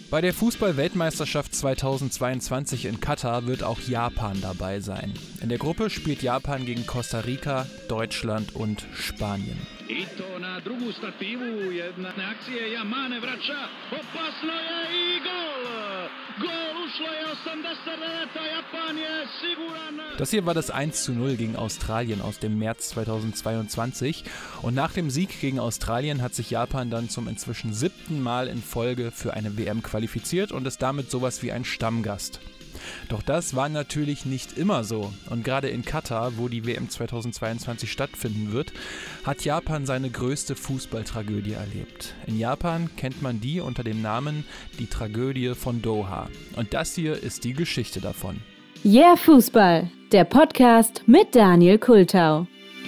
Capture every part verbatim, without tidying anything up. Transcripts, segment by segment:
Bei der Fußball-Weltmeisterschaft zweitausendzweiundzwanzig in Katar wird auch Japan dabei sein. In der Gruppe spielt Japan gegen Costa Rica, Deutschland und Spanien. Das hier war das eins zu null gegen Australien aus dem März zweitausendzweiundzwanzig und nach dem Sieg gegen Australien hat sich Japan dann zum inzwischen siebten Mal in Folge für eine W M qualifiziert und ist damit sowas wie ein Stammgast. Doch das war natürlich nicht immer so und gerade in Katar, wo die W M zweitausendzweiundzwanzig stattfinden wird, hat Japan seine größte Fußballtragödie erlebt. In Japan kennt man die unter dem Namen die Tragödie von Doha und das hier ist die Geschichte davon. Yeah Fußball, der Podcast mit Daniel Kultau.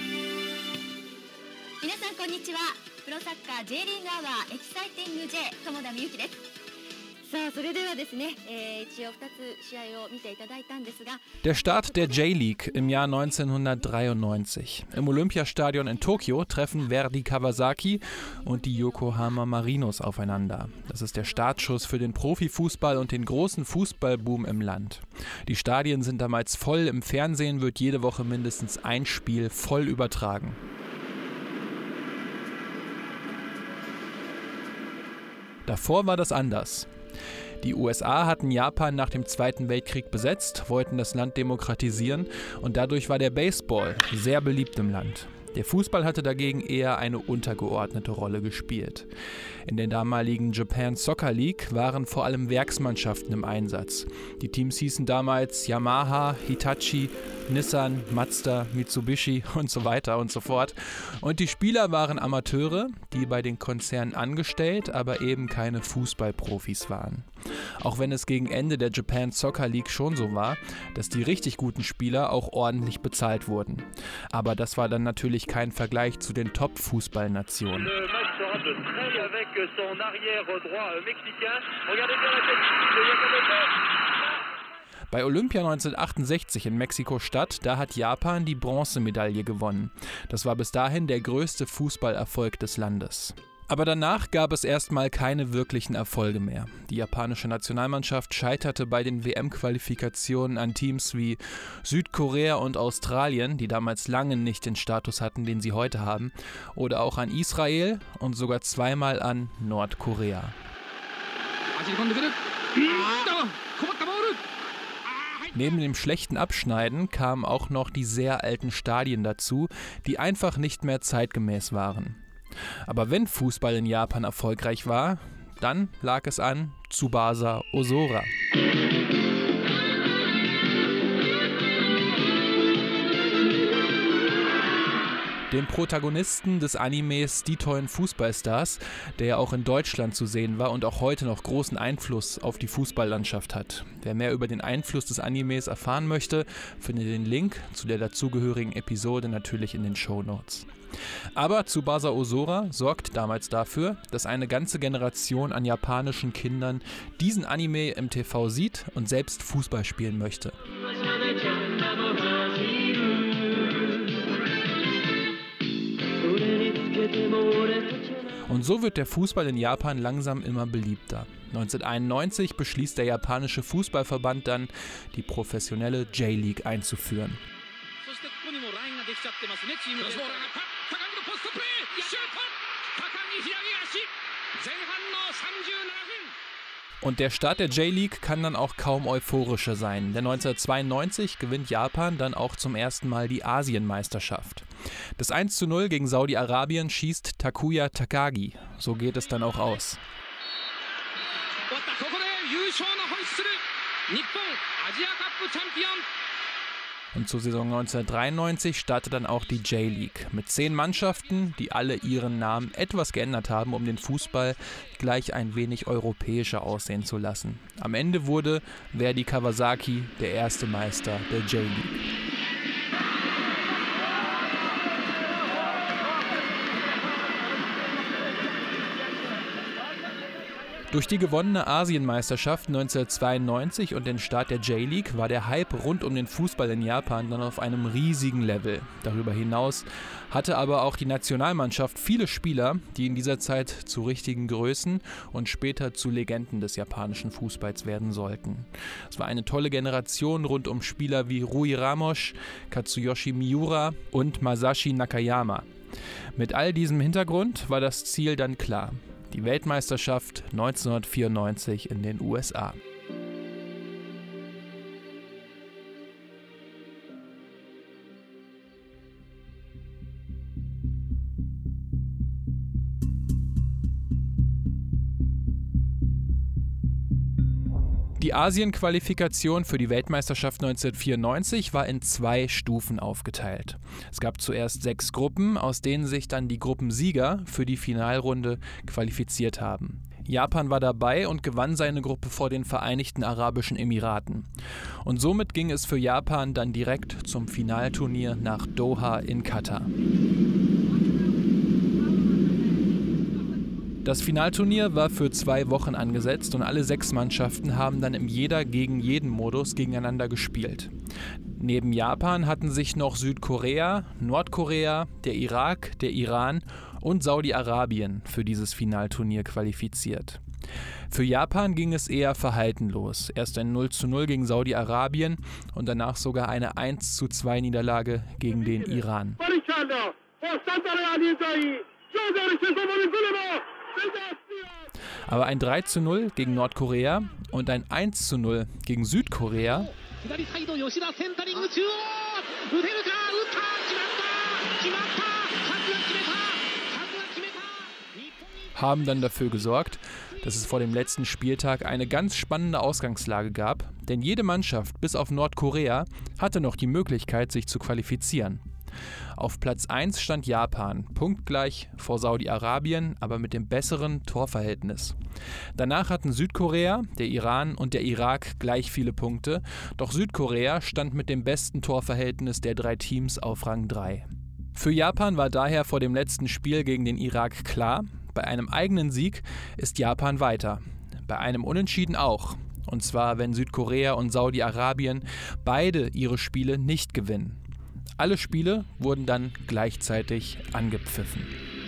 皆さんこんにちは。プロサッカー J リーグアワーエキサイティング J 友田美幸です。さあそれではですね、えー、一応ふたつ試合を見ていただいたんですが Der Start der J-League im Jahr neunzehnhundertdreiundneunzig. Im Olympiastadion in Tokio treffen Verdy Kawasaki und die Yokohama Marinos aufeinander. Das ist der Startschuss für den Profifußball und den großen Fußballboom im Land. Die Stadien sind damals voll, im Fernsehen wird jede Woche mindestens ein Spiel voll übertragen. Davor war das anders. Die U S A hatten Japan nach dem Zweiten Weltkrieg besetzt, wollten das Land demokratisieren und dadurch war der Baseball sehr beliebt im Land. Der Fußball hatte dagegen eher eine untergeordnete Rolle gespielt. In der damaligen Japan Soccer League waren vor allem Werksmannschaften im Einsatz. Die Teams hießen damals Yamaha, Hitachi, Nissan, Mazda, Mitsubishi und so weiter und so fort. Und die Spieler waren Amateure, die bei den Konzernen angestellt, aber eben keine Fußballprofis waren. Auch wenn es gegen Ende der Japan Soccer League schon so war, dass die richtig guten Spieler auch ordentlich bezahlt wurden. Aber das war dann natürlich kein Vergleich zu den Top-Fußballnationen. Bei Olympia neunzehnhundertachtundsechzig in Mexiko-Stadt, da hat Japan die Bronzemedaille gewonnen. Das war bis dahin der größte Fußballerfolg des Landes. Aber danach gab es erstmal keine wirklichen Erfolge mehr. Die japanische Nationalmannschaft scheiterte bei den W M-Qualifikationen an Teams wie Südkorea und Australien, die damals lange nicht den Status hatten, den sie heute haben, oder auch an Israel und sogar zweimal an Nordkorea. Neben dem schlechten Abschneiden kamen auch noch die sehr alten Stadien dazu, die einfach nicht mehr zeitgemäß waren. Aber wenn Fußball in Japan erfolgreich war, dann lag es an Tsubasa Ozora. Dem Protagonisten des Animes Die tollen Fußballstars, der ja auch in Deutschland zu sehen war und auch heute noch großen Einfluss auf die Fußballlandschaft hat. Wer mehr über den Einfluss des Animes erfahren möchte, findet den Link zu der dazugehörigen Episode natürlich in den Shownotes. Aber Tsubasa Ozora sorgt damals dafür, dass eine ganze Generation an japanischen Kindern diesen Anime im T V sieht und selbst Fußball spielen möchte. Und so wird der Fußball in Japan langsam immer beliebter. neunzehnhunderteinundneunzig beschließt der japanische Fußballverband dann, die professionelle J-League einzuführen. Und der Start der J-League kann dann auch kaum euphorischer sein, denn neunzehnhundertzweiundneunzig gewinnt Japan dann auch zum ersten Mal die Asienmeisterschaft. Das eins zu null gegen Saudi-Arabien schießt Takuya Takagi, so geht es dann auch aus. Und zur Saison neunzehnhundertdreiundneunzig startet dann auch die J-League mit zehn Mannschaften, die alle ihren Namen etwas geändert haben, um den Fußball gleich ein wenig europäischer aussehen zu lassen. Am Ende wurde Verdy Kawasaki der erste Meister der J-League. Durch die gewonnene Asienmeisterschaft neunzehnhundertzweiundneunzig und den Start der J-League war der Hype rund um den Fußball in Japan dann auf einem riesigen Level. Darüber hinaus hatte aber auch die Nationalmannschaft viele Spieler, die in dieser Zeit zu richtigen Größen und später zu Legenden des japanischen Fußballs werden sollten. Es war eine tolle Generation rund um Spieler wie Rui Ramos, Katsuyoshi Miura und Masashi Nakayama. Mit all diesem Hintergrund war das Ziel dann klar: die Weltmeisterschaft neunzehnhundertvierundneunzig in den U S A. Die Asien-Qualifikation für die Weltmeisterschaft neunzehnhundertvierundneunzig war in zwei Stufen aufgeteilt. Es gab zuerst sechs Gruppen, aus denen sich dann die Gruppensieger für die Finalrunde qualifiziert haben. Japan war dabei und gewann seine Gruppe vor den Vereinigten Arabischen Emiraten. Und somit ging es für Japan dann direkt zum Finalturnier nach Doha in Katar. Das Finalturnier war für zwei Wochen angesetzt und alle sechs Mannschaften haben dann im Jeder-gegen-jeden-Modus gegeneinander gespielt. Neben Japan hatten sich noch Südkorea, Nordkorea, der Irak, der Iran und Saudi-Arabien für dieses Finalturnier qualifiziert. Für Japan ging es eher verhalten los. Erst ein null zu null gegen Saudi-Arabien und danach sogar eine eins zu zwei Niederlage gegen den Iran. Aber ein drei zu null gegen Nordkorea und ein eins zu null gegen Südkorea haben dann dafür gesorgt, dass es vor dem letzten Spieltag eine ganz spannende Ausgangslage gab, denn jede Mannschaft bis auf Nordkorea hatte noch die Möglichkeit, sich zu qualifizieren. Auf Platz eins stand Japan, punktgleich vor Saudi-Arabien, aber mit dem besseren Torverhältnis. Danach hatten Südkorea, der Iran und der Irak gleich viele Punkte, doch Südkorea stand mit dem besten Torverhältnis der drei Teams auf Rang drei. Für Japan war daher vor dem letzten Spiel gegen den Irak klar: bei einem eigenen Sieg ist Japan weiter, bei einem Unentschieden auch. Und zwar, wenn Südkorea und Saudi-Arabien beide ihre Spiele nicht gewinnen. Alle Spiele wurden dann gleichzeitig angepfiffen.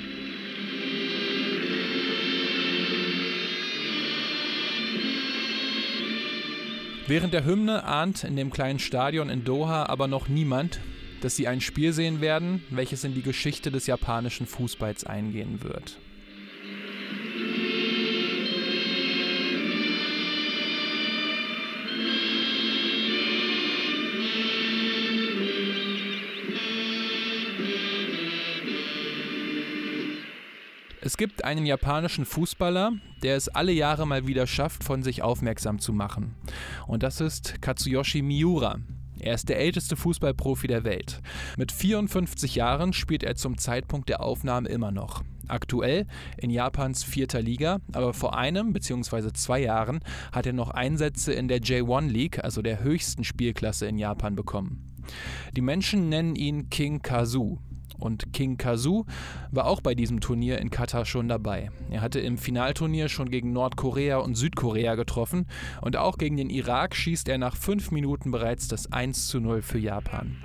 Während der Hymne ahnt in dem kleinen Stadion in Doha aber noch niemand, dass sie ein Spiel sehen werden, welches in die Geschichte des japanischen Fußballs eingehen wird. Es gibt einen japanischen Fußballer, der es alle Jahre mal wieder schafft, von sich aufmerksam zu machen. Und das ist Katsuyoshi Miura. Er ist der älteste Fußballprofi der Welt. Mit vierundfünfzig Jahren spielt er zum Zeitpunkt der Aufnahme immer noch. Aktuell in Japans vierter Liga, aber vor einem bzw. zwei Jahren hat er noch Einsätze in der J eins League, also der höchsten Spielklasse in Japan, bekommen. Die Menschen nennen ihn King Kazu. Und King Kazu war auch bei diesem Turnier in Katar schon dabei. Er hatte im Finalturnier schon gegen Nordkorea und Südkorea getroffen und auch gegen den Irak schießt er nach fünf Minuten bereits das eins zu null für Japan.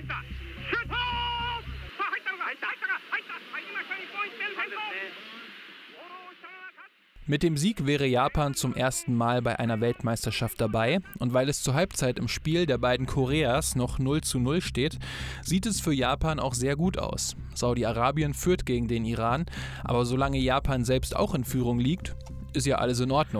Mit dem Sieg wäre Japan zum ersten Mal bei einer Weltmeisterschaft dabei und weil es zur Halbzeit im Spiel der beiden Koreas noch null zu null steht, sieht es für Japan auch sehr gut aus. Saudi-Arabien führt gegen den Iran, aber solange Japan selbst auch in Führung liegt, ist ja alles in Ordnung.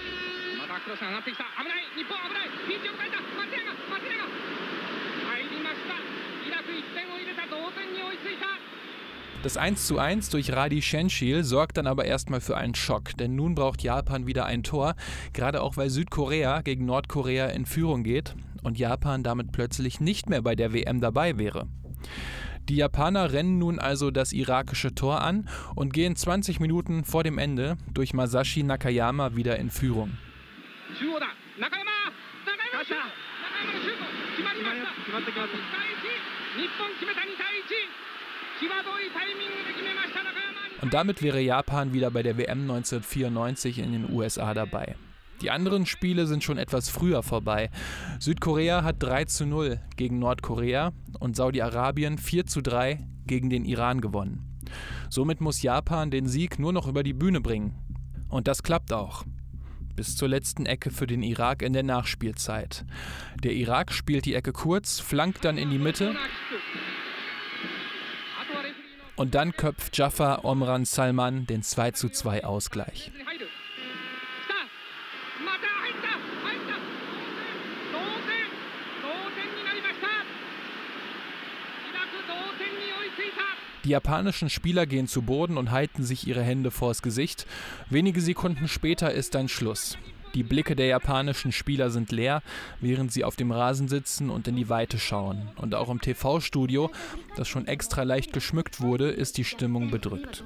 Das eins zu eins durch Radi Shenshil sorgt dann aber erstmal für einen Schock, denn nun braucht Japan wieder ein Tor, gerade auch weil Südkorea gegen Nordkorea in Führung geht und Japan damit plötzlich nicht mehr bei der W M dabei wäre. Die Japaner rennen nun also das irakische Tor an und gehen zwanzig Minuten vor dem Ende durch Masashi Nakayama wieder in Führung. Und damit wäre Japan wieder bei der W M neunzehnhundertvierundneunzig in den U S A dabei. Die anderen Spiele sind schon etwas früher vorbei. Südkorea hat drei zu null gegen Nordkorea und Saudi-Arabien vier zu drei gegen den Iran gewonnen. Somit muss Japan den Sieg nur noch über die Bühne bringen. Und das klappt auch. Bis zur letzten Ecke für den Irak in der Nachspielzeit. Der Irak spielt die Ecke kurz, flankt dann in die Mitte und dann köpft Jafar Omran Salman den zwei zu zwei Ausgleich. Die japanischen Spieler gehen zu Boden und halten sich ihre Hände vors Gesicht. Wenige Sekunden später ist dann Schluss. Die Blicke der japanischen Spieler sind leer, während sie auf dem Rasen sitzen und in die Weite schauen. Und auch im T V-Studio, das schon extra leicht geschmückt wurde, ist die Stimmung bedrückt.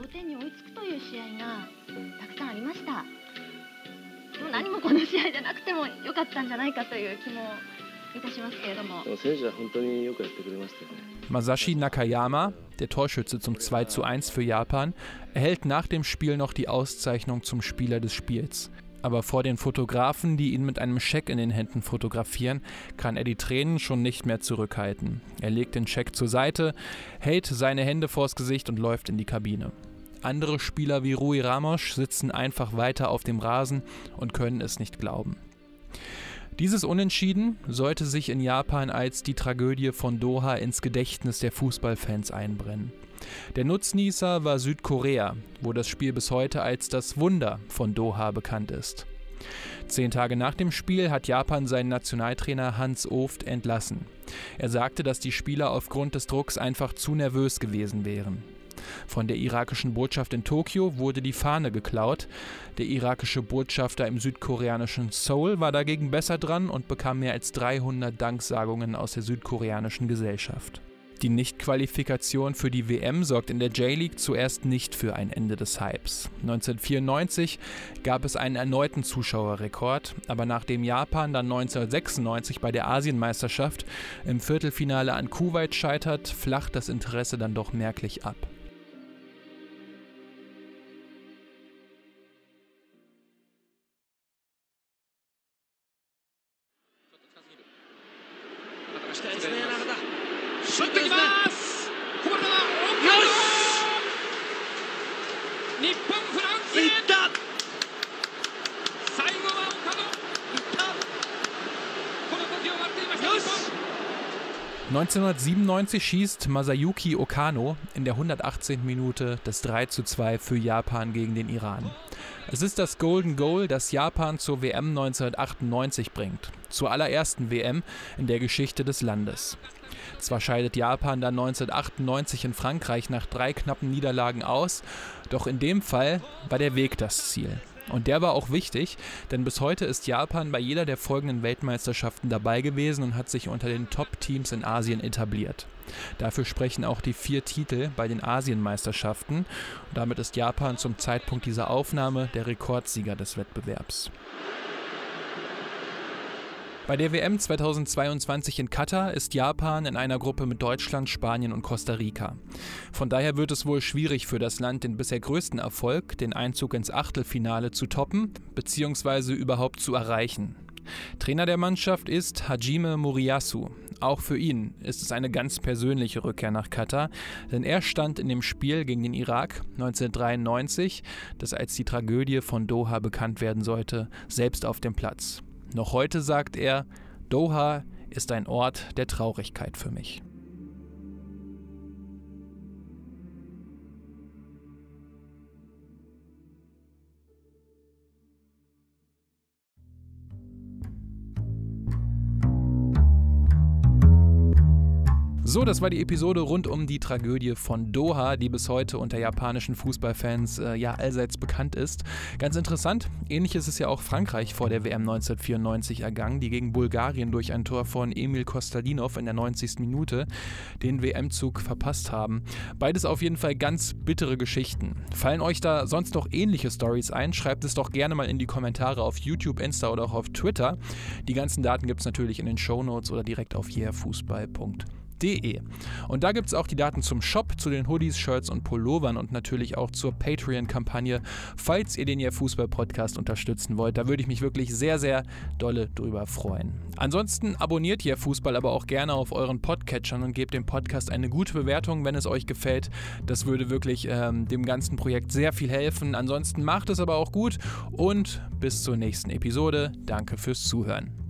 Masashi Nakayama, der Torschütze zum zwei zu eins für Japan, erhält nach dem Spiel noch die Auszeichnung zum Spieler des Spiels. Aber vor den Fotografen, die ihn mit einem Scheck in den Händen fotografieren, kann er die Tränen schon nicht mehr zurückhalten. Er legt den Scheck zur Seite, hält seine Hände vors Gesicht und läuft in die Kabine. Andere Spieler wie Rui Ramos sitzen einfach weiter auf dem Rasen und können es nicht glauben. Dieses Unentschieden sollte sich in Japan als die Tragödie von Doha ins Gedächtnis der Fußballfans einbrennen. Der Nutznießer war Südkorea, wo das Spiel bis heute als das Wunder von Doha bekannt ist. Zehn Tage nach dem Spiel hat Japan seinen Nationaltrainer Hans Ooft entlassen. Er sagte, dass die Spieler aufgrund des Drucks einfach zu nervös gewesen wären. Von der irakischen Botschaft in Tokio wurde die Fahne geklaut. Der irakische Botschafter im südkoreanischen Seoul war dagegen besser dran und bekam mehr als dreihundert Danksagungen aus der südkoreanischen Gesellschaft. Die Nichtqualifikation für die W M sorgt in der J-League zuerst nicht für ein Ende des Hypes. neunzehnhundertvierundneunzig gab es einen erneuten Zuschauerrekord, aber nachdem Japan dann neunzehnhundertsechsundneunzig bei der Asienmeisterschaft im Viertelfinale an Kuwait scheitert, flacht das Interesse dann doch merklich ab. neunzehnhundertsiebenundneunzig schießt Masayuki Okano in der hundertachtzehnten Minute das drei zu zwei für Japan gegen den Iran. Es ist das Golden Goal, das Japan zur W M neunzehnhundertachtundneunzig bringt, zur allerersten W M in der Geschichte des Landes. Zwar scheidet Japan dann neunzehnhundertachtundneunzig in Frankreich nach drei knappen Niederlagen aus, doch in dem Fall war der Weg das Ziel. Und der war auch wichtig, denn bis heute ist Japan bei jeder der folgenden Weltmeisterschaften dabei gewesen und hat sich unter den Top-Teams in Asien etabliert. Dafür sprechen auch die vier Titel bei den Asienmeisterschaften. Und damit ist Japan zum Zeitpunkt dieser Aufnahme der Rekordsieger des Wettbewerbs. Bei der W M zweitausendzweiundzwanzig in Katar ist Japan in einer Gruppe mit Deutschland, Spanien und Costa Rica. Von daher wird es wohl schwierig für das Land, den bisher größten Erfolg, den Einzug ins Achtelfinale, zu toppen bzw. überhaupt zu erreichen. Trainer der Mannschaft ist Hajime Moriyasu. Auch für ihn ist es eine ganz persönliche Rückkehr nach Katar, denn er stand in dem Spiel gegen den Irak neunzehnhundertdreiundneunzig, das als die Tragödie von Doha bekannt werden sollte, selbst auf dem Platz. Noch heute sagt er, Doha ist ein Ort der Traurigkeit für mich. So, das war die Episode rund um die Tragödie von Doha, die bis heute unter japanischen Fußballfans äh, ja allseits bekannt ist. Ganz interessant, ähnlich ist es ja auch Frankreich vor der W M neunzehnhundertvierundneunzig ergangen, die gegen Bulgarien durch ein Tor von Emil Kostadinov in der neunzigsten Minute den W M-Zug verpasst haben. Beides auf jeden Fall ganz bittere Geschichten. Fallen euch da sonst noch ähnliche Storys ein? Schreibt es doch gerne mal in die Kommentare auf YouTube, Insta oder auch auf Twitter. Die ganzen Daten gibt es natürlich in den Shownotes oder direkt auf yeahfußball punkt de. de. Und da gibt es auch die Daten zum Shop, zu den Hoodies, Shirts und Pullovern und natürlich auch zur Patreon-Kampagne, falls ihr den Ihr Fußball-Podcast unterstützen wollt. Da würde ich mich wirklich sehr, sehr dolle drüber freuen. Ansonsten abonniert ihr Fußball aber auch gerne auf euren Podcatchern und gebt dem Podcast eine gute Bewertung, wenn es euch gefällt. Das würde wirklich ähm, dem ganzen Projekt sehr viel helfen. Ansonsten macht es aber auch gut und bis zur nächsten Episode. Danke fürs Zuhören.